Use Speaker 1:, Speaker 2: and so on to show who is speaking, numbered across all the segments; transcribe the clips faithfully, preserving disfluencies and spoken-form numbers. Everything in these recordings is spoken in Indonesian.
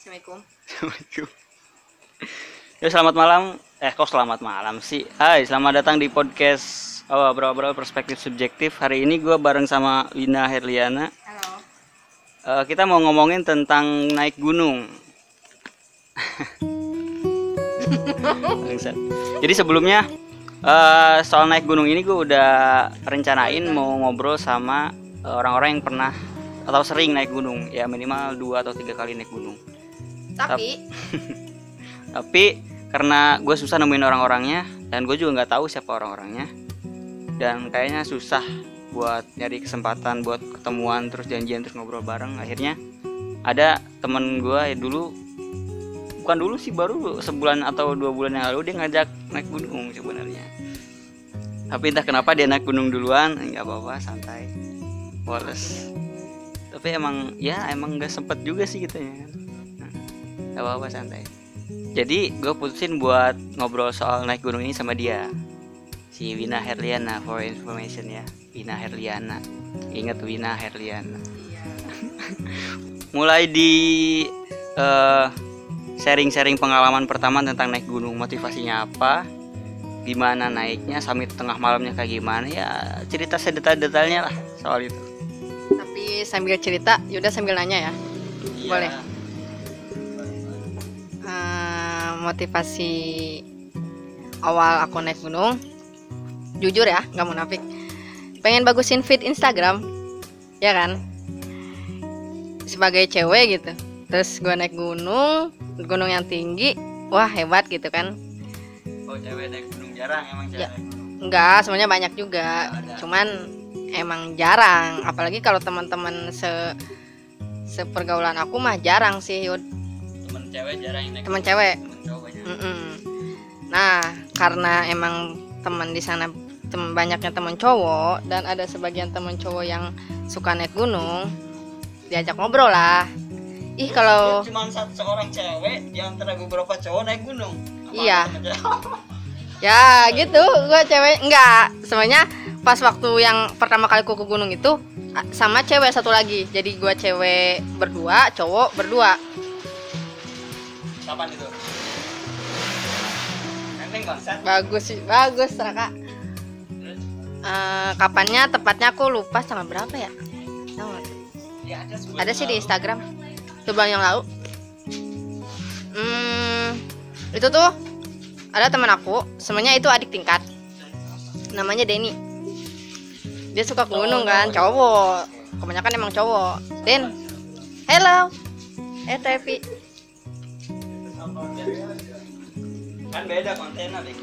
Speaker 1: Assalamualaikum.
Speaker 2: Assalamualaikum. Ya selamat malam. Eh kok selamat malam sih? Hai, selamat datang di podcast oh, Obrol-obrol Perspektif Subjektif. Hari ini gue bareng sama Wina Herliana.
Speaker 1: Halo.
Speaker 2: Eh, kita mau ngomongin tentang naik gunung. Bangsat. Jadi sebelumnya eh, soal naik gunung ini gue udah rencanain mau ngobrol sama eh, orang-orang yang pernah atau sering naik gunung, ya minimal dua atau tiga kali naik gunung.
Speaker 1: Tapi
Speaker 2: Tapi karena gue susah nemuin orang-orangnya dan gue juga nggak tahu siapa orang-orangnya, dan kayaknya susah buat nyari kesempatan buat ketemuan terus janjian terus ngobrol bareng. Akhirnya ada temen gue ya dulu, bukan dulu sih, baru sebulan atau dua bulan yang lalu dia ngajak naik gunung sebenarnya. Tapi entah kenapa dia naik gunung duluan, nggak apa-apa, santai, poles. Tapi emang ya emang nggak sempet juga sih gitu ya. Nah, nggak apa-apa, santai. Jadi gue putusin buat ngobrol soal naik gunung ini sama dia, si Wina Herliana, for information ya, Wina Herliana. Ingat Wina Herliana. Mulai di eh, sharing-sharing pengalaman pertama tentang naik gunung, motivasinya apa, gimana naiknya, sampai tengah malamnya kayak gimana, ya cerita sedetail-detailnya lah soal itu.
Speaker 1: tapi sambil cerita, Yuda sambil nanya ya. Boleh. Eh, motivasi awal aku naik gunung, jujur ya, nggak munafik. Pengen bagusin feed Instagram, ya kan? Sebagai cewek gitu. Terus gue naik gunung, gunung yang tinggi, wah hebat gitu kan?
Speaker 2: Oh, cewek naik gunung jarang emang cewek
Speaker 1: Ya.
Speaker 2: naik gunung.
Speaker 1: Enggak, semuanya banyak juga.
Speaker 2: Ada.
Speaker 1: Cuman emang jarang. Apalagi kalau teman-teman se sepergaulan aku mah jarang sih, Yud.
Speaker 2: Temen cewek jarang yang naik
Speaker 1: Temen
Speaker 2: gunung.
Speaker 1: cewek.
Speaker 2: Temen cowok banyak.
Speaker 1: Mm-mm. Nah, karena emang teman di sana temen, banyaknya teman cowok dan ada sebagian teman cowok yang suka naik gunung, diajak ngobrol lah. Ih kalau
Speaker 2: cuma satu seorang cewek di antara beberapa cowok naik gunung. Apa
Speaker 1: Iya.
Speaker 2: ada temen cewek?
Speaker 1: ya gitu, gue cewek enggak. Sebenarnya pas waktu yang pertama kali ku ke gunung itu a- sama cewek satu lagi. Jadi gue cewek berdua, cowok berdua.
Speaker 2: Kapan itu? Nenteng bangsat.
Speaker 1: Bagus sih, bagus Raka.
Speaker 2: Terus
Speaker 1: Eh, kapannya tepatnya aku lupa sama berapa ya? Tahu nggak?
Speaker 2: ya ada sebulan
Speaker 1: Ada sih di
Speaker 2: lalu.
Speaker 1: Instagram sebulan yang lalu. Hmm, itu tuh ada teman aku, semuanya itu adik tingkat. Namanya Denny. Dia suka ke gunung kan, cowok. Kebanyakan emang cowok. Den, hello. Eh Tevi.
Speaker 2: Kan beda kontennya bego.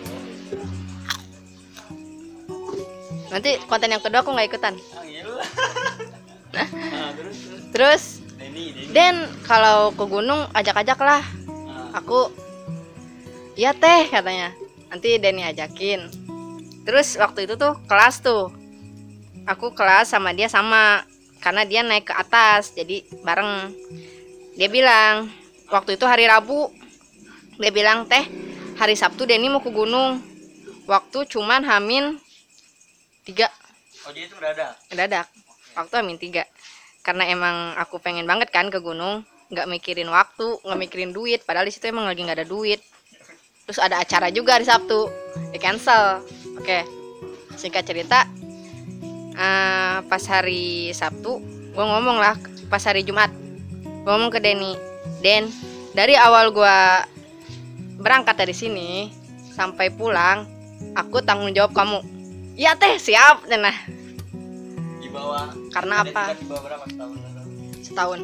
Speaker 1: Nanti konten yang kedua aku nggak ikutan.
Speaker 2: Ah, gila. Nah, terus terus
Speaker 1: Terus,
Speaker 2: Denny, Denny.
Speaker 1: Den, kalau ke gunung ajak-ajak lah.
Speaker 2: Ah,
Speaker 1: Aku, iya teh katanya. Nanti Denny ajakin. Terus waktu itu tuh kelas tuh, aku kelas sama dia sama, karena dia naik ke atas, jadi bareng. Dia bilang waktu itu hari Rabu, dia bilang teh hari Sabtu Denny mau ke gunung. Waktu cuman hamin tiga,
Speaker 2: oh dia itu mendadak.
Speaker 1: dadak. Waktu hamin tiga, karena emang aku pengen banget kan ke gunung, nggak mikirin waktu, nggak mikirin duit. Padahal di situ emang lagi nggak ada duit. Terus ada acara juga hari Sabtu, di cancel. Oke, singkat cerita, eh, pas hari Sabtu gue ngomong lah, pas hari Jumat gue ngomong ke Denny, Den, dari awal gue berangkat dari sini sampai pulang aku tanggung jawab kamu. Iya teh, siap. Nah,
Speaker 2: Di bawah.
Speaker 1: karena
Speaker 2: Dia
Speaker 1: apa?
Speaker 2: tingkat Di bawah berapa setahun?
Speaker 1: Setahun.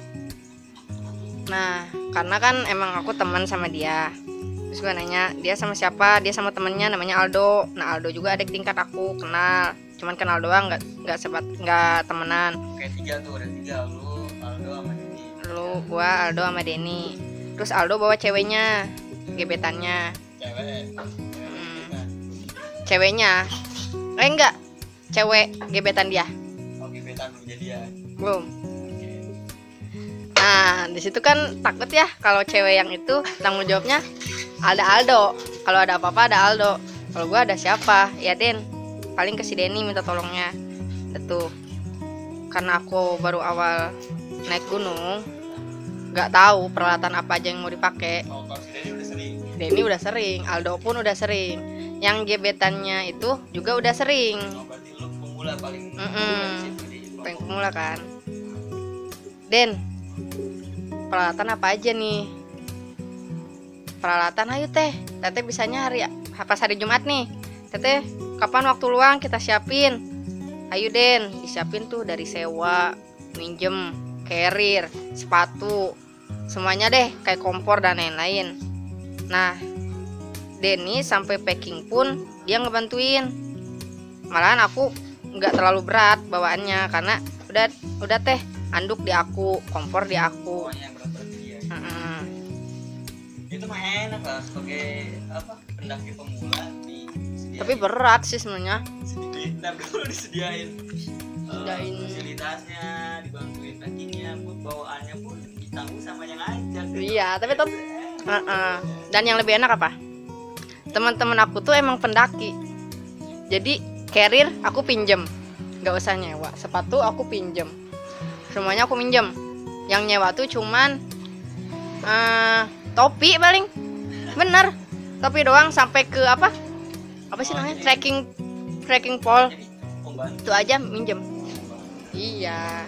Speaker 1: Nah, karena kan emang aku teman sama dia. Terus gue nanya, dia sama siapa? Dia sama temennya namanya Aldo. Nah, Aldo juga adik tingkat aku, kenal. Cuman kenal doang, nggak nggak sebat nggak temenan.
Speaker 2: Oke, tiga tuh, ada tiga. Lu, Aldo sama Denny.
Speaker 1: Lu, gua, Aldo sama Denny. Terus Aldo bawa ceweknya, gebetannya.
Speaker 2: Cewek.
Speaker 1: Hmm. Ceweknya, eh enggak, cewek gebetan dia.
Speaker 2: Oh, gebetan lu jadian.
Speaker 1: Belum. Nah, di situ kan takut ya kalau cewek yang itu tanggung jawabnya ada Aldo. Kalau ada apa-apa ada Aldo. Kalau gua ada siapa? Ya Den. Paling ke si Denny minta tolongnya. Itu. Karena aku baru awal naik gunung, nggak tahu peralatan apa aja yang mau dipakai.
Speaker 2: Oh, kalau si Denny udah sering.
Speaker 1: Denny udah sering, Aldo pun udah sering, yang gebetannya itu juga udah sering.
Speaker 2: Oh, berarti lu pemula paling
Speaker 1: Mm-mm.
Speaker 2: pemula di situ di
Speaker 1: Paling pemula kan. Den, peralatan apa aja nih? Peralatan ayo teh, teteh bisanya hari pas hari Jumat nih. Teteh kapan waktu luang kita siapin? Ayo Den, disiapin tuh dari sewa, minjem, carrier, sepatu, semuanya deh kayak kompor dan lain-lain. Nah, Denny sampai packing pun dia ngebantuin. Malahan aku nggak terlalu berat bawaannya karena udah udah teh anduk di aku, kompor di aku.
Speaker 2: pokoknya yang berat-berat dia.
Speaker 1: Mm-mm.
Speaker 2: Itu mah enak lah sebagai apa pendaki pemula disediain.
Speaker 1: Tapi berat sih sebenarnya.
Speaker 2: sedikit nah, dulu disediain eh,
Speaker 1: Sediain.
Speaker 2: fasilitasnya, dibantuin packingnya, pun bawaannya pun ditanggung sama yang ngajak.
Speaker 1: Iya, tapi tetap. Uh-uh. Dan yang lebih enak apa? Teman-teman aku tuh emang pendaki. Jadi carrier aku pinjem, nggak usah nyewa. Sepatu aku pinjem, semuanya aku minjem. Yang nyewa tuh cuman uh, topi paling, bener. Topi doang sampai ke apa? Apa sih
Speaker 2: Oh,
Speaker 1: namanya?
Speaker 2: jadi-
Speaker 1: Trekking trekking pole
Speaker 2: Jadi pembantu
Speaker 1: itu aja minjem. Iya,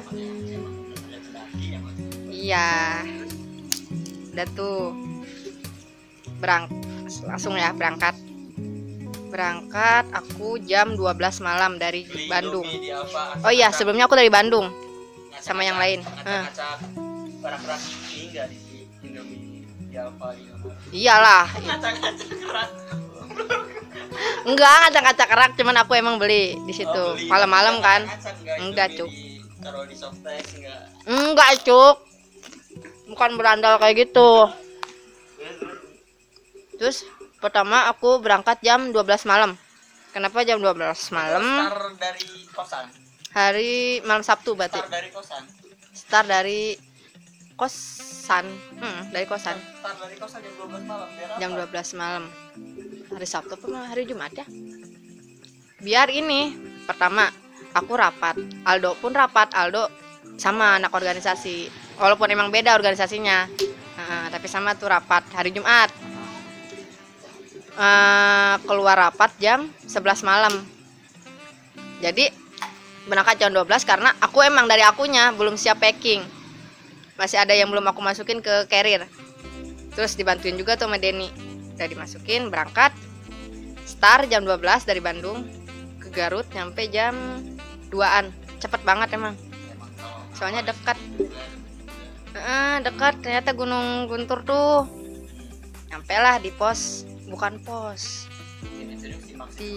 Speaker 1: iya. Udah tuh berang langsung ya berangkat. Berangkat aku jam dua belas malam dari
Speaker 2: beli
Speaker 1: Bandung.
Speaker 2: Indomie di apa,
Speaker 1: Oh iya,
Speaker 2: acak-acak-
Speaker 1: sebelumnya aku dari Bandung.
Speaker 2: acak-acak-
Speaker 1: sama yang lain.
Speaker 2: acak-acak kerak-kerak ini enggak di Indomie di apa di Indomaret.
Speaker 1: Iyalah.
Speaker 2: Acak-acak kerak.
Speaker 1: Enggak, ngacak-ngacak kerak, cuman aku emang beli di situ.
Speaker 2: Oh, beli.
Speaker 1: Malam-malam kan.
Speaker 2: Acak-acak enggak,
Speaker 1: Enggak,
Speaker 2: Indomie
Speaker 1: Cuk.
Speaker 2: di- taruh di softtek enggak.
Speaker 1: Enggak, Cuk. Bukan berandal kayak gitu. Terus pertama aku berangkat jam dua belas malam. Kenapa jam dua belas malam?
Speaker 2: Start dari kosan.
Speaker 1: Hari malam Sabtu berarti.
Speaker 2: Start dari kosan.
Speaker 1: Start dari kosan. Hmm, dari kosan.
Speaker 2: Start dari kosan jam dua belas malam biar apa?
Speaker 1: Jam dua belas malam. Hari Sabtu apa hari Jumat ya? Biar ini pertama aku rapat, Aldo pun rapat. Aldo sama anak organisasi, walaupun emang beda organisasinya. Nah, tapi sama tuh rapat hari Jumat. Eh, keluar rapat jam sebelas malam. Jadi berangkat jam dua belas karena aku emang dari akunya belum siap packing. Masih ada yang belum aku masukin ke carrier. Terus dibantuin juga tuh sama Denny. Udah dimasukin, berangkat. Start jam dua belas dari Bandung ke Garut, nyampe jam duaan. Cepet banget emang. Soalnya dekat. Eh, dekat, ternyata Gunung Guntur tuh. Nyampe lah di pos, bukan pos. Di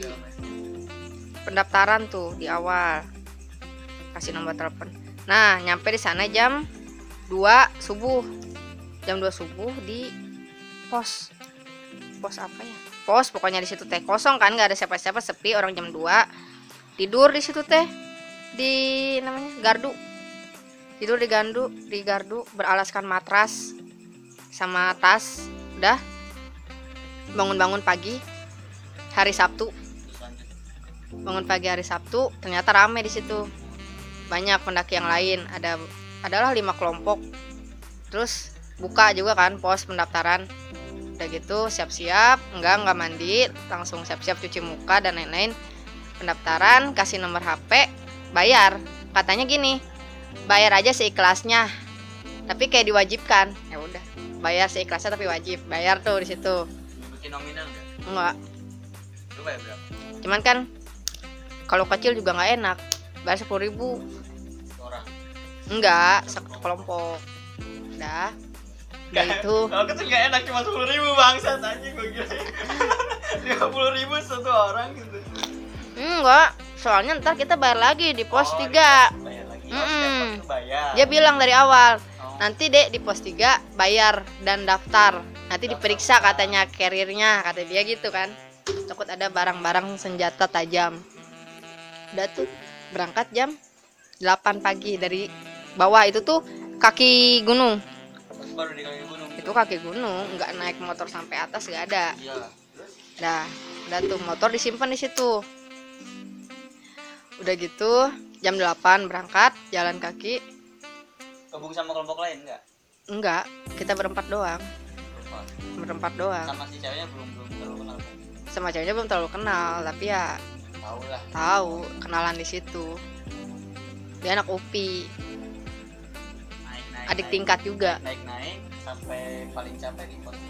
Speaker 1: pendaftaran tuh di awal. Kasih nomor telepon. Nah, nyampe di sana jam dua subuh. Jam dua subuh di pos. Pos apa ya? Pos pokoknya di situ teh kosong kan, nggak ada siapa-siapa, sepi, orang jam dua. Tidur di situ teh. Di namanya gardu. Tidur di gardu, di gardu beralaskan matras sama tas. Udah. Bangun-bangun pagi hari Sabtu. Bangun pagi hari Sabtu, ternyata rame di situ. Banyak pendaki yang lain, ada adalah lima kelompok. Terus buka juga kan pos pendaftaran. Udah gitu siap-siap, enggak enggak mandi, langsung siap-siap cuci muka dan lain-lain. Pendaftaran, kasih nomor H P, bayar. Katanya gini, bayar aja seikhlasnya. Tapi kayak diwajibkan. Ya udah, bayar seikhlasnya tapi wajib. Bayar tuh di situ.
Speaker 2: Bikin nominal enggak?
Speaker 1: Enggak.
Speaker 2: Lu bayar berapa?
Speaker 1: Cuman kan kalau kecil juga nggak enak. Bayar sepuluh ribu.
Speaker 2: Orang.
Speaker 1: Enggak, satu kelompok. Udah. Udah itu.
Speaker 2: Kalau kecil gak enak cuma sepuluh ribu bangsat anjing gue gila. lima puluh ribu satu orang gitu.
Speaker 1: Enggak, soalnya ntar kita bayar lagi di pos
Speaker 2: Oh,
Speaker 1: tiga.
Speaker 2: Bayar lagi. Oh,
Speaker 1: Mm-mm.
Speaker 2: setiap waktu bayar.
Speaker 1: Dia bilang dari awal,
Speaker 2: Oh.
Speaker 1: nanti dek di pos tiga bayar dan daftar. Nanti
Speaker 2: Daftar.
Speaker 1: diperiksa katanya carrier-nya, kata dia gitu kan. Takut ada barang-barang senjata tajam. Udah tuh berangkat jam delapan pagi dari bawah, itu tuh kaki gunung.
Speaker 2: Terus baru di kaki gunung.
Speaker 1: Itu kaki gunung, nggak naik motor sampai atas, nggak ada.
Speaker 2: Iya. Terus
Speaker 1: Dah, udah tuh motor disimpan di situ. Udah gitu jam delapan berangkat jalan kaki.
Speaker 2: gabung sama kelompok lain enggak?
Speaker 1: Enggak, kita berempat doang.
Speaker 2: Berempat.
Speaker 1: Berempat doang.
Speaker 2: Sama si ceweknya belum belum terlalu kenal.
Speaker 1: Sama ceweknya belum terlalu kenal, tapi ya
Speaker 2: Tahu lah.
Speaker 1: tahu kenalan di situ. Dia anak U P I,
Speaker 2: Naik naik.
Speaker 1: adik
Speaker 2: naik,
Speaker 1: tingkat juga.
Speaker 2: Naik naik sampai paling capek di pos.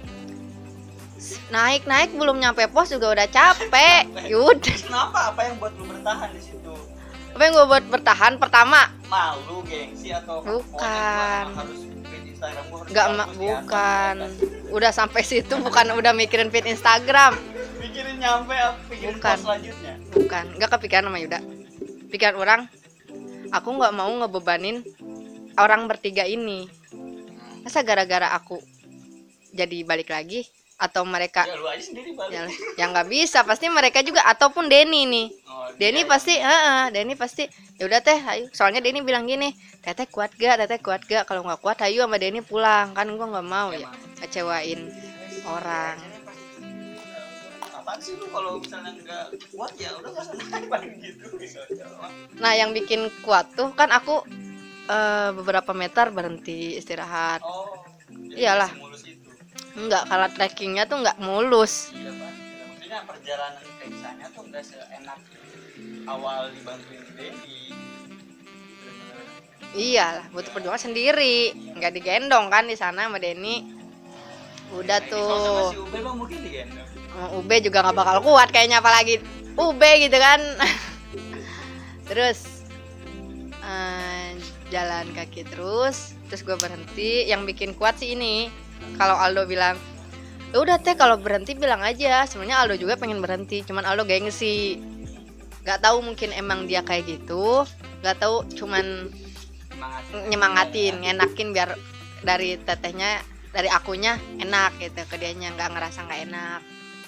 Speaker 1: Naik-naik belum nyampe pos juga udah capek. Yaudah.
Speaker 2: Kenapa? Apa yang buat lu bertahan di situ?
Speaker 1: Apa yang gue buat bertahan? Pertama,
Speaker 2: Malu, gengsi atau
Speaker 1: Bukan.
Speaker 2: pokoknya gua harus feed Instagram gua harus
Speaker 1: nggak
Speaker 2: bagus
Speaker 1: ma-
Speaker 2: di atas,
Speaker 1: bukan.
Speaker 2: di atas.
Speaker 1: Udah sampai situ bukan udah mikirin feed Instagram.
Speaker 2: Mikirin nyampe apa pikirin
Speaker 1: Bukan.
Speaker 2: pos selanjutnya.
Speaker 1: Bukan, nggak kepikiran sama Yuda. Pikiran orang, aku nggak mau ngebebanin orang bertiga ini. Masa gara-gara aku jadi balik lagi atau mereka
Speaker 2: Ya lu aja sendiri balik.
Speaker 1: ya ya nggak bisa, pasti mereka juga ataupun Denny nih.
Speaker 2: Oh,
Speaker 1: Denny
Speaker 2: dia-
Speaker 1: pasti, heeh, Denny pasti. Ya udah teh, ayo. Soalnya Denny bilang gini, Teteh kuat gak? Teteh kuat gak? Kalau nggak kuat, ayo sama Denny pulang. Kan gua nggak mau ya
Speaker 2: Emang.
Speaker 1: kecewain orang.
Speaker 2: Apaan sih lu kalau misalnya nggak kuat ya udah nggak usah naik paling gitu gitu aja.
Speaker 1: Nah, yang bikin kuat tuh kan aku eh, beberapa meter berhenti istirahat.
Speaker 2: Oh, jadi
Speaker 1: Iyalah.
Speaker 2: masih mulus itu.
Speaker 1: Enggak, kalau trekkingnya tuh nggak mulus.
Speaker 2: Iya pak. Maksudnya perjalanan ke sana tuh nggak seenak awal dibantuin Denny. Bener-bener.
Speaker 1: Iyalah, butuh perjuangan sendiri. Nggak digendong kan di sana sama Denny. Udah
Speaker 2: Nah, ini kalau sama
Speaker 1: tuh.
Speaker 2: si Ube bang mungkin digendong.
Speaker 1: Sama U B juga nggak bakal kuat kayaknya, apalagi U B gitu kan. Terus eh, jalan kaki terus, terus gue berhenti. Yang bikin kuat sih ini, kalau Aldo bilang, ya udah teh kalau berhenti bilang aja. Sebenarnya Aldo juga pengen berhenti, cuman Aldo gengsi. Gak tahu mungkin emang dia kayak gitu, gak tahu cuman
Speaker 2: Semangatin.
Speaker 1: nyemangatin, ngenakin biar dari tetehnya, dari akunya enak gitu, ke dianya nggak ngerasa nggak enak.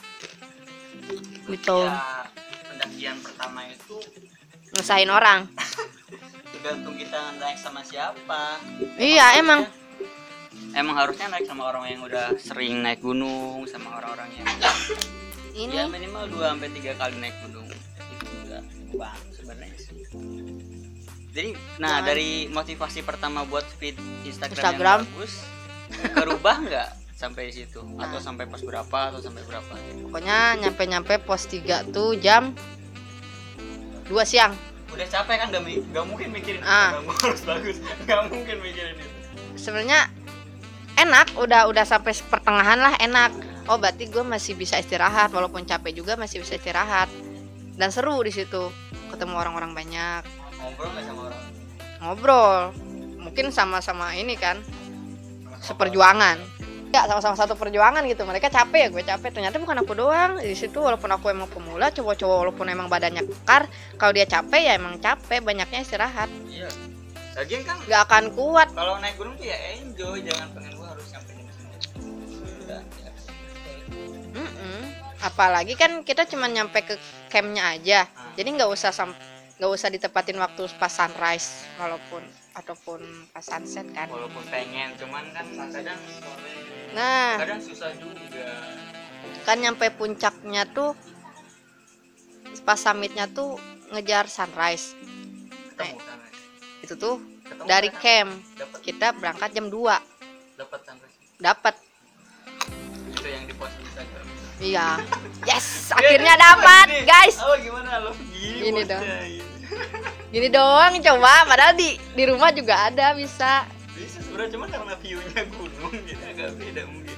Speaker 1: Gitu.
Speaker 2: Ya, pendakian pertama itu
Speaker 1: Ngusahin orang.
Speaker 2: tergantung kita naik sama siapa.
Speaker 1: Iya, emang.
Speaker 2: Emang harusnya naik sama orang yang udah sering naik gunung, sama orang-orang yang
Speaker 1: Ini
Speaker 2: ya minimal dua sampai tiga kali naik gunung. Itu udah bang sebenarnya sih. Jadi, nah
Speaker 1: Jangan-
Speaker 2: dari motivasi pertama buat feed Instagram,
Speaker 1: Instagram.
Speaker 2: yang bagus, berubah nggak sampai situ? Atau
Speaker 1: Nah.
Speaker 2: sampai pos berapa? Atau sampai berapa?
Speaker 1: pokoknya nyampe-nyampe pos tiga tuh jam dua siang.
Speaker 2: Udah capek kan, nggak mi- nggak mungkin mikirin
Speaker 1: Ah.
Speaker 2: Instagram gua harus bagus, nggak mungkin mikirin itu.
Speaker 1: Sebenarnya enak, udah udah sampai pertengahan lah enak. Oh, berarti gue masih bisa istirahat, walaupun capek juga masih bisa istirahat. Dan seru di situ, ketemu orang-orang banyak,
Speaker 2: Ngobrol nggak sama orang?
Speaker 1: ngobrol. Mungkin sama-sama ini kan, seperjuangan. Ya, sama-sama satu perjuangan gitu. Mereka capek ya, gue capek. Ternyata bukan aku doang di situ. Walaupun aku emang pemula, cowok-cowok walaupun emang badannya kekar, kalau dia capek ya emang capek. Banyaknya istirahat,
Speaker 2: Iya. Lagian kan
Speaker 1: nggak akan kuat.
Speaker 2: kalau naik gunung tuh ya enjoy, jangan pengen gua harus nyampe di sini. Udah, ya.
Speaker 1: Mm-mm. Apalagi kan kita cuma nyampe ke campnya aja,
Speaker 2: Ah.
Speaker 1: jadi nggak usah sam nggak usah ditepatin waktu pas sunrise walaupun ataupun pas sunset kan.
Speaker 2: Walaupun pengen, cuman kan kadang
Speaker 1: Nah,
Speaker 2: kadang susah juga.
Speaker 1: kan nyampe puncaknya tuh pas summitnya tuh ngejar sunrise.
Speaker 2: Ketemu kan?
Speaker 1: Itu tuh
Speaker 2: Ketemu
Speaker 1: dari
Speaker 2: kan?
Speaker 1: camp
Speaker 2: Dapat
Speaker 1: kita berangkat jam dua,
Speaker 2: dapat sampai
Speaker 1: dapat.
Speaker 2: itu yang di post Instagram.
Speaker 1: Iya. Yes, akhirnya dapat,
Speaker 2: Ini,
Speaker 1: guys.
Speaker 2: Oh gimana lo? Gini,
Speaker 1: Gini
Speaker 2: bocah,
Speaker 1: dong.
Speaker 2: gini.
Speaker 1: Gini doang coba, padahal di di rumah juga ada bisa.
Speaker 2: Bisa sebenarnya, cuma karena view-nya gunung jadi agak beda mungkin.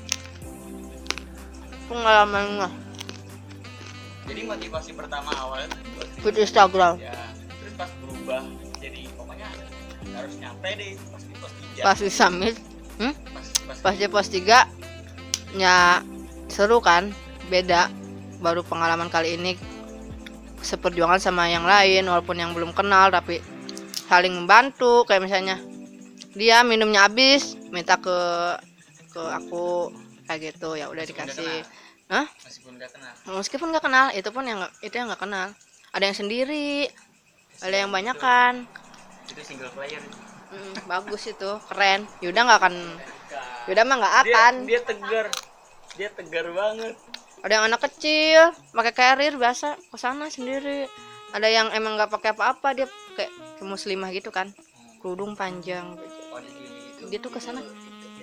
Speaker 1: Pengalamannya
Speaker 2: Jadi motivasi pertama awalnya tuh buat
Speaker 1: di Instagram.
Speaker 2: ya, terus pas berubah jadi pokoknya harus nyampe deh pas di pos tiga.
Speaker 1: Pas di summit, hmm?
Speaker 2: pas, pas,
Speaker 1: pas di pos tiga ya seru kan, beda. Baru pengalaman kali ini seperjuangan sama yang lain, walaupun yang belum kenal tapi saling membantu. Kayak misalnya dia minumnya habis, minta ke ke aku kayak gitu, ya udah
Speaker 2: Meskipun
Speaker 1: dikasih.
Speaker 2: nggak
Speaker 1: Hah?
Speaker 2: meskipun nggak kenal.
Speaker 1: Meskipun nggak kenal, itu pun yang nggak, itu yang nggak kenal. Ada yang sendiri, ada yang banyakan.
Speaker 2: Itu single player.
Speaker 1: Mm, bagus itu, keren. Yuda nggak akan, Yuda mah nggak
Speaker 2: Dia,
Speaker 1: akan.
Speaker 2: dia tegar, dia tegar banget.
Speaker 1: Ada yang anak kecil pakai carrier biasa ke sana sendiri. Ada yang emang nggak pakai apa-apa, dia kayak ke muslimah gitu kan, kerudung panjang.
Speaker 2: Oh
Speaker 1: Dia tuh ke sana.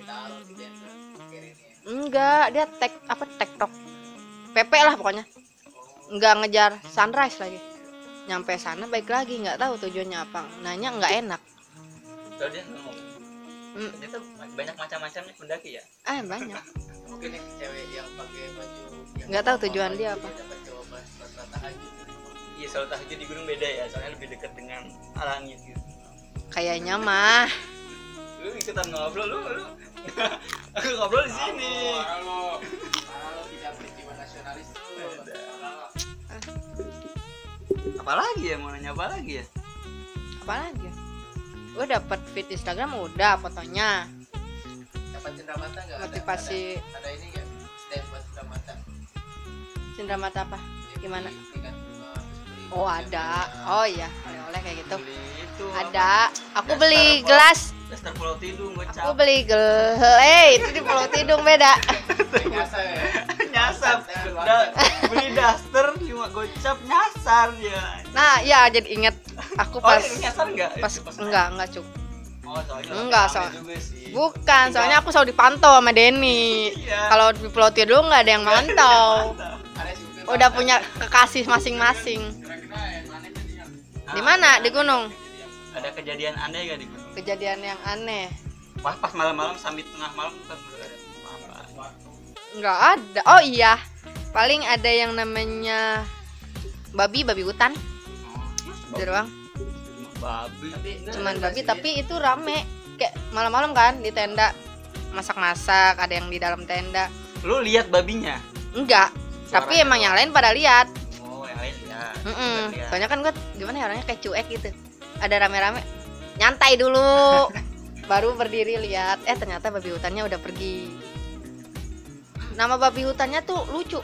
Speaker 1: Enggak, dia tek apa tektok P P lah pokoknya. Enggak ngejar sunrise lagi. Nyampe sana baik lagi, nggak tahu tujuannya apa. Nanya nggak enak.
Speaker 2: Kalau dia ngomong,
Speaker 1: Hmm.
Speaker 2: ternyata banyak macam-macamnya pendaki ya.
Speaker 1: Ah banyak.
Speaker 3: Mungkin yang cewek yang pakai baju yang
Speaker 1: Nggak tahu
Speaker 3: apa-apa,
Speaker 1: tujuan dia apa.
Speaker 3: dapat jawaban pas pas tahajud.
Speaker 2: Iya, soal tahajud di gunung beda ya, soalnya lebih dekat dengan langit gitu.
Speaker 1: Kayaknya mah.
Speaker 2: Lu ikutan ngobrol lu, lu. Aku ngobrol di sini.
Speaker 3: Halo, halo, tidak berjiwa nasionalis tuh.
Speaker 2: Ada.
Speaker 3: Halo.
Speaker 2: Apalagi ya, mau nanya apa lagi ya?
Speaker 1: Apa lagi? Gue dapet feed Instagram udah fotonya.
Speaker 3: Dapat cenderamata nggak? Ada-
Speaker 1: Motivasi
Speaker 3: Ada, ada ini nggak? Stand buat cenderamata.
Speaker 1: cenderamata apa? Gimana?
Speaker 3: Ini kan, uh, beli
Speaker 1: Oh
Speaker 3: yang
Speaker 1: ada.
Speaker 3: punya-
Speaker 1: Oh iya, oleh-oleh kayak gitu.
Speaker 2: Beli itu.
Speaker 1: Ada. Aku
Speaker 2: Dasar
Speaker 1: beli
Speaker 2: apa?
Speaker 1: gelas.
Speaker 2: Daster Pulau Tidung gue
Speaker 1: Aku
Speaker 2: cap.
Speaker 1: beli gel. Eh itu di Pulau Tidung beda.
Speaker 3: Nyasar ya?
Speaker 2: Nyasar.
Speaker 3: Jangan
Speaker 2: Da- beli daster cuma gocap nyasar ya.
Speaker 1: Nah ya jadi inget aku
Speaker 2: Oh,
Speaker 1: pas
Speaker 2: ini nyasar enggak?
Speaker 1: pas
Speaker 2: Itu
Speaker 1: enggak enggak cuk.
Speaker 2: Oh, soalnya
Speaker 1: Enggak,
Speaker 2: rame
Speaker 1: soal-
Speaker 2: juga sih.
Speaker 1: Bukan, soalnya aku selalu dipantau sama Denny.
Speaker 2: Iya.
Speaker 1: Kalau di Pulau Tidung nggak ada yang mantau.
Speaker 3: Ada supir
Speaker 1: Udah
Speaker 3: mata.
Speaker 1: punya kekasih masing-masing.
Speaker 3: Kira-kira yang mana jadi yang
Speaker 1: Di mana? Di gunung.
Speaker 2: Ada kejadian aneh gak di gunung?
Speaker 1: Kejadian yang aneh.
Speaker 2: Pas pas malam-malam sampai tengah malam kan udah ada apa?
Speaker 1: Nggak ada. Oh iya. Paling ada yang namanya babi, babi hutan. Itu doang.
Speaker 2: Babi.
Speaker 1: Cuman babi tapi itu rame. Kayak malam-malam kan di tenda masak-masak, ada yang di dalam tenda.
Speaker 2: Lu lihat babinya?
Speaker 1: Enggak. Tapi
Speaker 2: Suaranya
Speaker 1: emang
Speaker 2: doang.
Speaker 1: yang lain pada lihat.
Speaker 2: Oh, yang lain ya.
Speaker 1: Mm-mm.
Speaker 2: Lihat.
Speaker 1: Soalnya kan gue gimana ya orangnya kayak cuek gitu. Ada rame-rame, nyantai dulu, baru berdiri lihat. Eh ternyata babi hutannya udah pergi. Nama babi hutannya tuh lucu.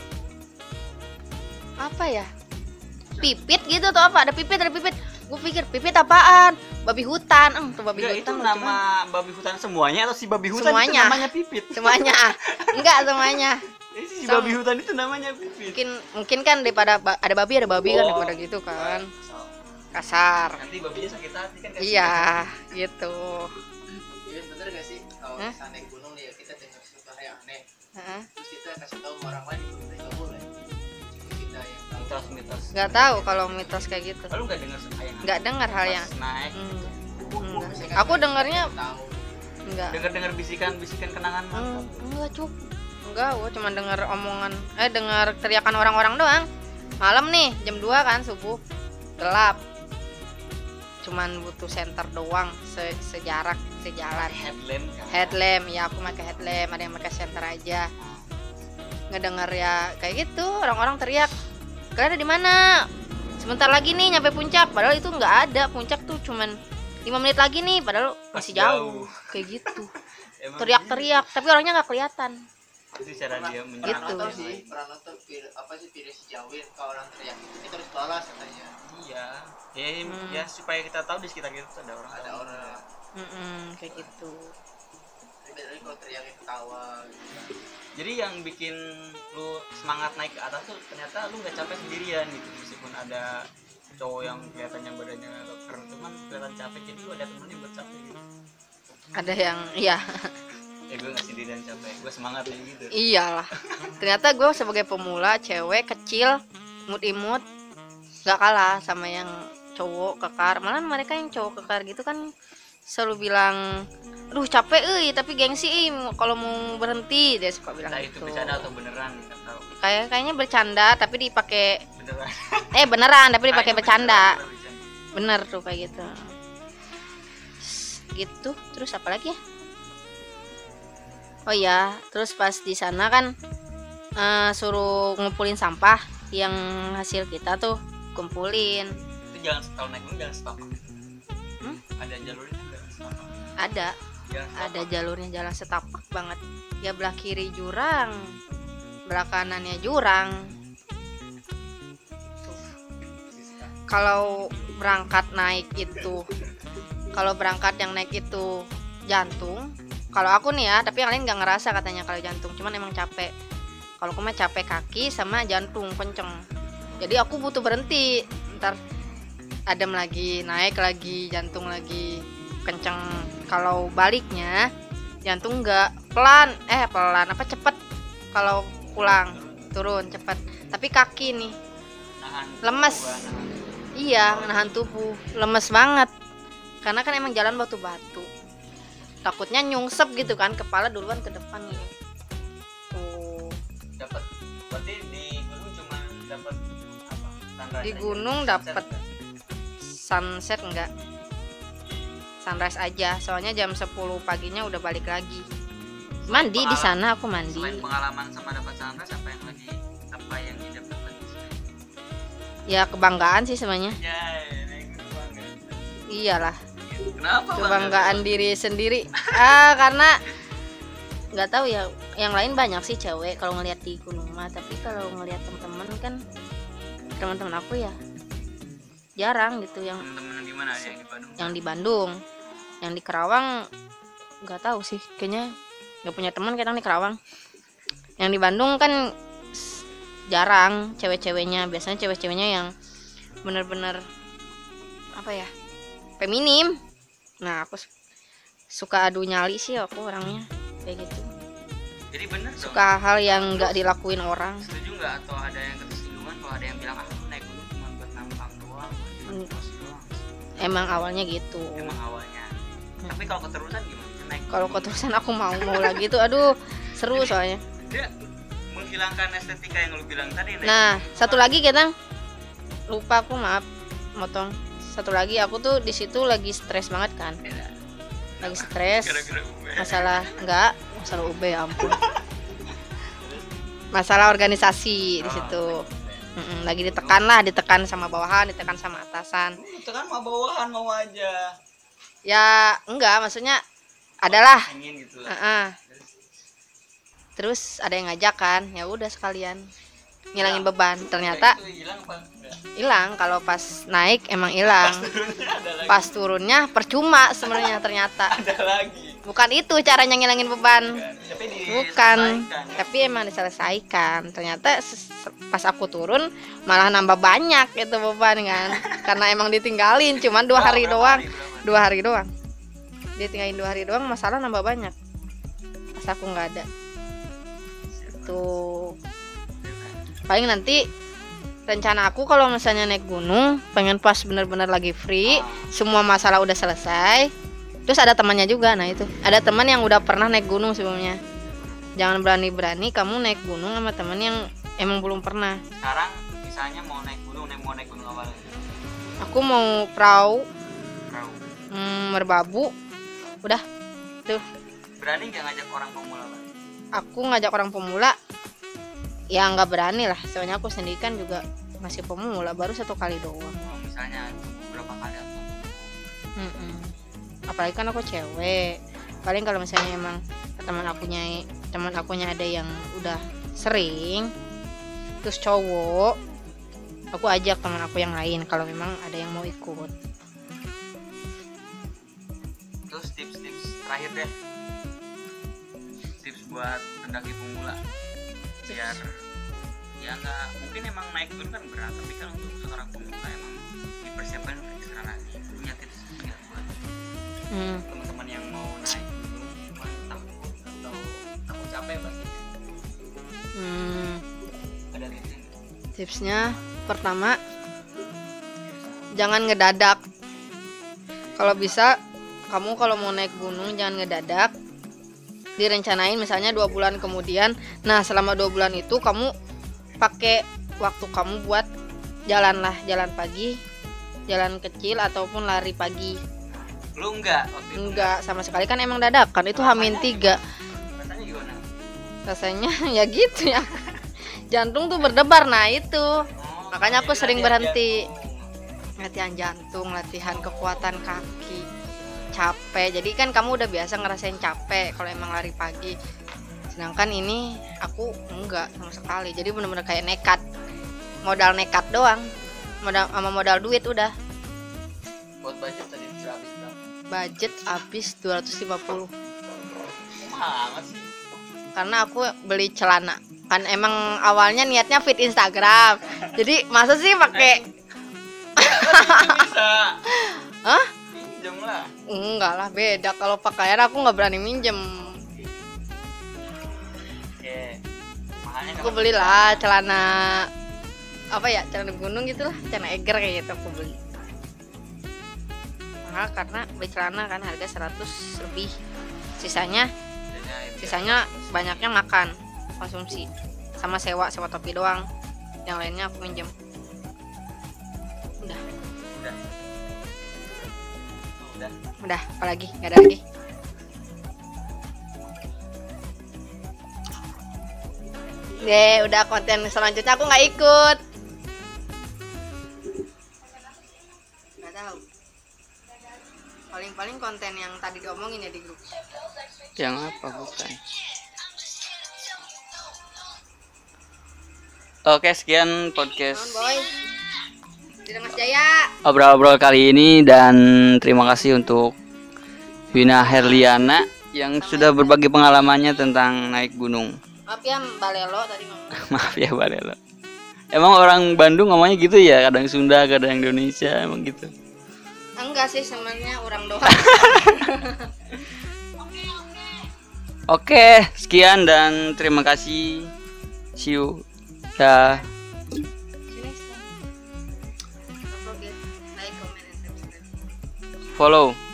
Speaker 1: Apa ya? Pipit gitu tuh apa? Ada pipit, ada pipit. Gue pikir pipit apaan? Babi hutan. Em, tuh babi
Speaker 2: Enggak, itu
Speaker 1: hutan. lucu banget.
Speaker 2: nama babi hutan semuanya atau si babi hutan itu
Speaker 1: Semuanya.
Speaker 2: namanya Pipit?
Speaker 1: Semuanya. Enggak semuanya.
Speaker 2: Eh, si
Speaker 1: Sama.
Speaker 2: babi hutan itu namanya Pipit.
Speaker 1: Mungkin mungkin kan daripada ba- ada babi ada babi kan
Speaker 2: Oh.
Speaker 1: daripada gitu kan.
Speaker 2: So,
Speaker 1: Kasar.
Speaker 2: nanti babinya sakit hati kan? kasihan.
Speaker 1: Iya, gitu.
Speaker 3: Iya bener gak sih kalau
Speaker 1: Hah?
Speaker 3: kita naik gunung nih ya kita dengar sesuatu hal yang aneh
Speaker 1: Heeh.
Speaker 3: terus kita kasih tahu sama orang lain itu kita nggak boleh itu kita yang tahu
Speaker 2: Mitos-mitos.
Speaker 1: Nggak tahu kalau mitos kayak gitu.
Speaker 2: Lalu nggak dengar yang
Speaker 1: Nggak dengar hal yang
Speaker 2: pas naik
Speaker 1: Hmm,
Speaker 3: Biasanya
Speaker 1: enggak.
Speaker 3: kan
Speaker 1: Aku
Speaker 3: kita
Speaker 1: dengarnya
Speaker 3: tahu
Speaker 1: enggak.
Speaker 2: dengar-dengar bisikan-bisikan kenangan
Speaker 1: Hmm,
Speaker 2: mantap.
Speaker 1: enggak cuk. Enggak, gua cuma dengar omongan eh dengar teriakan orang-orang doang. Malam nih, jam dua kan subuh. Gelap. Cuman butuh senter doang, se- sejarak, sejalan.
Speaker 2: Headlamp kan?
Speaker 1: Headlamp, ya aku pakai headlamp, ada yang pakai senter aja. Ngedenger ya kayak gitu, orang-orang teriak. Kalian ada di mana? Sebentar lagi nih nyampe puncak, padahal itu nggak ada. Puncak tuh cuman lima menit lagi nih, padahal masih
Speaker 2: Masih
Speaker 1: jauh.
Speaker 2: jauh.
Speaker 1: Kayak gitu.
Speaker 2: Emang
Speaker 1: Teriak-teriak, tapi orangnya nggak kelihatan.
Speaker 2: itu cara dia
Speaker 3: pernah
Speaker 1: Gitu.
Speaker 2: menyerang
Speaker 3: nonton
Speaker 2: yang
Speaker 3: sih
Speaker 2: lain.
Speaker 3: pernah nonton film apa sih video si Jawin kalau orang teriak itu harus balas katanya
Speaker 2: Iya. Ya,
Speaker 1: Hmm.
Speaker 2: ya supaya kita tahu di sekitar kita tuh ada orang.
Speaker 3: ada orang
Speaker 1: Mm-mm, kayak gitu.
Speaker 3: tapi beda lagi kalau teriaknya ketawa gitu kan.
Speaker 2: Jadi yang bikin lu semangat naik ke atas tuh ternyata lu nggak capek sendirian gitu, meskipun ada cowok yang kelihatannya badannya keren cuman kelihatan capek, jadi lu ada temennya buat capek gitu.
Speaker 1: Ada yang, iya,
Speaker 2: Ya gue nggak sendirian capek, gue semangat kayak gitu.
Speaker 1: iyalah. Ternyata gue sebagai pemula, cewek kecil, imut-imut, nggak kalah sama yang cowok kekar. Malah mereka yang cowok kekar gitu kan selalu bilang, aduh capek, eh tapi gengsi, eh, kalau mau berhenti dia suka bilang
Speaker 2: Entah itu
Speaker 1: gitu.
Speaker 2: bercanda atau beneran nggak tahu.
Speaker 1: Kayak kayaknya bercanda tapi dipakai,
Speaker 2: Beneran.
Speaker 1: eh beneran tapi dipakai
Speaker 2: Kayaknya
Speaker 1: bercanda.
Speaker 2: beneran, bercanda.
Speaker 1: Bener tuh kayak gitu. Gitu. Terus apa lagi ya? Oh iya, terus pas di sana kan eh, suruh ngumpulin sampah yang hasil kita tuh kumpulin.
Speaker 2: Itu jangan kalau naik gunung jangan setapak.
Speaker 1: Hmm?
Speaker 2: Ada jalurnya jangan setapak.
Speaker 1: Ada,
Speaker 2: Jangan
Speaker 1: ada
Speaker 2: setapak.
Speaker 1: jalurnya jalan setapak banget. Ya belah kiri jurang, belah kanannya jurang. Tuh. Kalau berangkat naik itu, kalau berangkat yang naik itu jantung. Kalau aku nih ya, tapi yang lain nggak ngerasa katanya kalau jantung, cuman emang capek. Kalau aku mah capek kaki sama jantung kenceng. Jadi aku butuh berhenti. Ntar adem lagi, naik lagi, jantung lagi. kenceng. Kalau baliknya jantung nggak pelan, eh pelan apa cepet. Kalau pulang turun cepet. Tapi kaki nih
Speaker 2: Nahan
Speaker 1: lemes.
Speaker 2: tubuh, nahan.
Speaker 1: Iya, nahan tubuh, lemes banget. Karena kan emang jalan batu-batu. Takutnya nyungsep gitu kan, kepala duluan ke depan nih. Tuh.
Speaker 2: Dapat berarti di gunung cuma dapat apa? Sunrise
Speaker 1: Di
Speaker 2: aja?
Speaker 1: gunung
Speaker 2: Sunset
Speaker 1: dapet
Speaker 2: enggak?
Speaker 1: sunset enggak? Sunrise aja, soalnya jam sepuluh paginya udah balik lagi. Mandi di sana aku mandi.
Speaker 2: Selain pengalaman sama dapat sunrise, apa yang lagi apa yang didapat lagi?
Speaker 1: Ya kebanggaan sih semuanya.
Speaker 2: Ya, naik gunung banget.
Speaker 1: Iyalah,
Speaker 2: Kenapa
Speaker 1: kebanggaan diri sendiri. Ah, karena nggak tahu ya, yang lain banyak sih cewek kalau ngelihat di gunung mah, tapi kalau ngelihat teman-teman kan teman-teman aku ya jarang gitu yang
Speaker 2: teman-teman di mana yang di Bandung?
Speaker 1: yang di Bandung, yang di Kerawang nggak tahu sih, kayaknya nggak punya teman kadang di Kerawang. Yang di Bandung kan s- jarang cewek-ceweknya, biasanya cewek-ceweknya yang bener-bener apa ya, feminim. Nah aku su- suka adu nyali sih aku orangnya kayak gitu,
Speaker 2: Jadi bener dong.
Speaker 1: suka hal yang nggak dilakuin orang.
Speaker 2: Setuju nggak atau ada yang ketersinggungan kalau ada yang bilang ah lu naik gunung cuma buat nampang doang, cuma
Speaker 1: Hmm.
Speaker 2: pos doang.
Speaker 1: Emang awalnya gitu.
Speaker 2: Emang awalnya.
Speaker 1: Hmm.
Speaker 2: Tapi kalau keterusan gimana? Naik
Speaker 1: Kalau
Speaker 2: gunung,
Speaker 1: keterusan aku mau mau lagi tuh, aduh seru soalnya.
Speaker 2: dia menghilangkan estetika yang lu bilang tadi. naik
Speaker 1: Nah,
Speaker 2: gunung.
Speaker 1: satu lagi kita lupa aku, maaf motong. Satu lagi aku tuh di situ lagi stres banget kan.
Speaker 2: Beda.
Speaker 1: Lagi stres
Speaker 2: Gara-gara gue.
Speaker 1: masalah enggak, masalah U B ya ampun. Masalah organisasi di situ. Mm-mm, lagi ditekan lah, ditekan sama bawahan, ditekan sama atasan.
Speaker 2: Itu kan mau bawahan mau aja.
Speaker 1: Ya, enggak, maksudnya adalah.
Speaker 2: Ingin gitu lah.
Speaker 1: Heeh. Terus ada yang ngajak kan, ya udah sekalian ngilangin beban. Ternyata
Speaker 2: Itu hilang apa enggak?
Speaker 1: hilang, kalau pas naik emang hilang.
Speaker 2: Ada lagi.
Speaker 1: Pas turunnya percuma sebenarnya ternyata.
Speaker 2: Ada lagi.
Speaker 1: Bukan itu caranya ngilangin beban.
Speaker 2: Tapi
Speaker 1: Bukan,
Speaker 2: diselesaikan.
Speaker 1: tapi emang diselesaikan. Ternyata ses- pas aku turun malah nambah banyak itu beban kan. Karena emang ditinggalin cuman dua hari
Speaker 2: Berapa
Speaker 1: doang.
Speaker 2: hari, berapa?
Speaker 1: Dua hari doang. Ditinggalin dua hari doang, masalah nambah banyak. Pas aku nggak ada. Tuh. Paling nanti rencana aku kalau misalnya naik gunung pengen pas bener-bener lagi free, semua masalah udah selesai, terus ada temannya juga. Nah itu ada teman yang udah pernah naik gunung sebelumnya. Jangan berani-berani kamu naik gunung sama teman yang emang belum pernah.
Speaker 2: Sekarang misalnya mau naik gunung, naik mau naik gunung apa lagi?
Speaker 1: Aku mau perahu,
Speaker 2: Perahu.
Speaker 1: hmm, merbabu, udah tuh.
Speaker 2: Berani nggak ngajak orang pemula Bang?
Speaker 1: Aku ngajak orang pemula ya nggak berani lah, soalnya aku sendiri kan juga masih pemula, baru satu kali doang.
Speaker 2: Kalau misalnya beberapa kali atau
Speaker 1: Mm-mm. Apalagi kan aku cewek. Paling kalau misalnya emang teman akunya teman akunya ada yang udah sering, terus cowok, aku ajak teman aku yang lain kalau memang ada yang mau ikut.
Speaker 2: terus tips-tips terakhir deh, tips buat pendaki pemula biar ya nggak mungkin emang naik gunung kan berat, tapi kan untuk seorang pemula emang dipersiapkan untuk ekstra lagi. Punya tips nggak buat
Speaker 1: Hmm.
Speaker 2: teman-teman yang mau naik gunung cuman takut atau takut capek pasti
Speaker 1: Hmm.
Speaker 2: ada tipsnya nggak?
Speaker 1: Tipsnya pertama, jangan ngedadak. Kalau bisa kamu kalau mau naik gunung jangan ngedadak, direncanain misalnya dua bulan kemudian. Nah selama dua bulan itu kamu pakai waktu kamu buat jalan lah, jalan pagi, jalan kecil ataupun lari pagi.
Speaker 2: Lu enggak waktu itu?
Speaker 1: Enggak sama sekali, kan emang dadakan itu hamin tiga.
Speaker 2: Rasanya gimana?
Speaker 1: Rasanya ya gitu ya, jantung tuh berdebar. Nah itu
Speaker 2: Oh,
Speaker 1: makanya aku
Speaker 2: jadi
Speaker 1: sering
Speaker 2: latihan
Speaker 1: berhenti.
Speaker 2: jantung.
Speaker 1: Latihan jantung, latihan kekuatan kaki, capek. Jadi kan kamu udah biasa ngerasain capek kalau emang lari pagi. Sedangkan ini aku enggak sama sekali. Jadi bener-bener kayak nekat, modal nekat doang, modal sama modal duit udah.
Speaker 2: Buat budget tadi berhabis berapa?
Speaker 1: Budget habis dua ratus lima puluh
Speaker 2: Mahal amat sih.
Speaker 1: karena aku beli celana. Kan emang awalnya niatnya fit Instagram. Jadi masa sih pakai
Speaker 2: Itu bisa.
Speaker 1: Hah?
Speaker 2: minjem lah.
Speaker 1: Enggak lah, beda. Kalau pakaian aku nggak berani minjem.
Speaker 2: Oke. Mahalnya
Speaker 1: Aku belilah celana apa ya, celana gunung gitu lah, celana eger kayak gitu aku beli. Mahal karena beli celana kan harga seratus lebih. Sisanya sisanya banyaknya makan, konsumsi, sama sewa sewa topi doang. Yang lainnya aku minjem. Udah.
Speaker 2: Udah. Udah.
Speaker 1: Udah, apalagi? Nggak ada lagi. Deh, udah konten selanjutnya aku nggak ikut. Nggak tahu. Paling-paling konten yang tadi diomongin ya di grup.
Speaker 2: Yang apa bukan? Oke, sekian podcast
Speaker 1: Naon, boy? Tidak Mas Jaya.
Speaker 2: obrol-obrol kali ini, dan terima kasih untuk Wina Herliana yang sudah berbagi pengalamannya tentang naik gunung.
Speaker 1: Maaf ya Mbak Lelo tadi ngomong.
Speaker 2: Maaf ya Balelo. Emang orang Bandung ngomongnya gitu ya, kadang Sunda, kadang Indonesia, emang gitu.
Speaker 1: Enggak sih, sebenarnya orang doang.
Speaker 2: Oke, sekian dan terima kasih. See you. Dah.
Speaker 1: See you next time. Don't forget like, comment, and subscribe.
Speaker 2: Follow.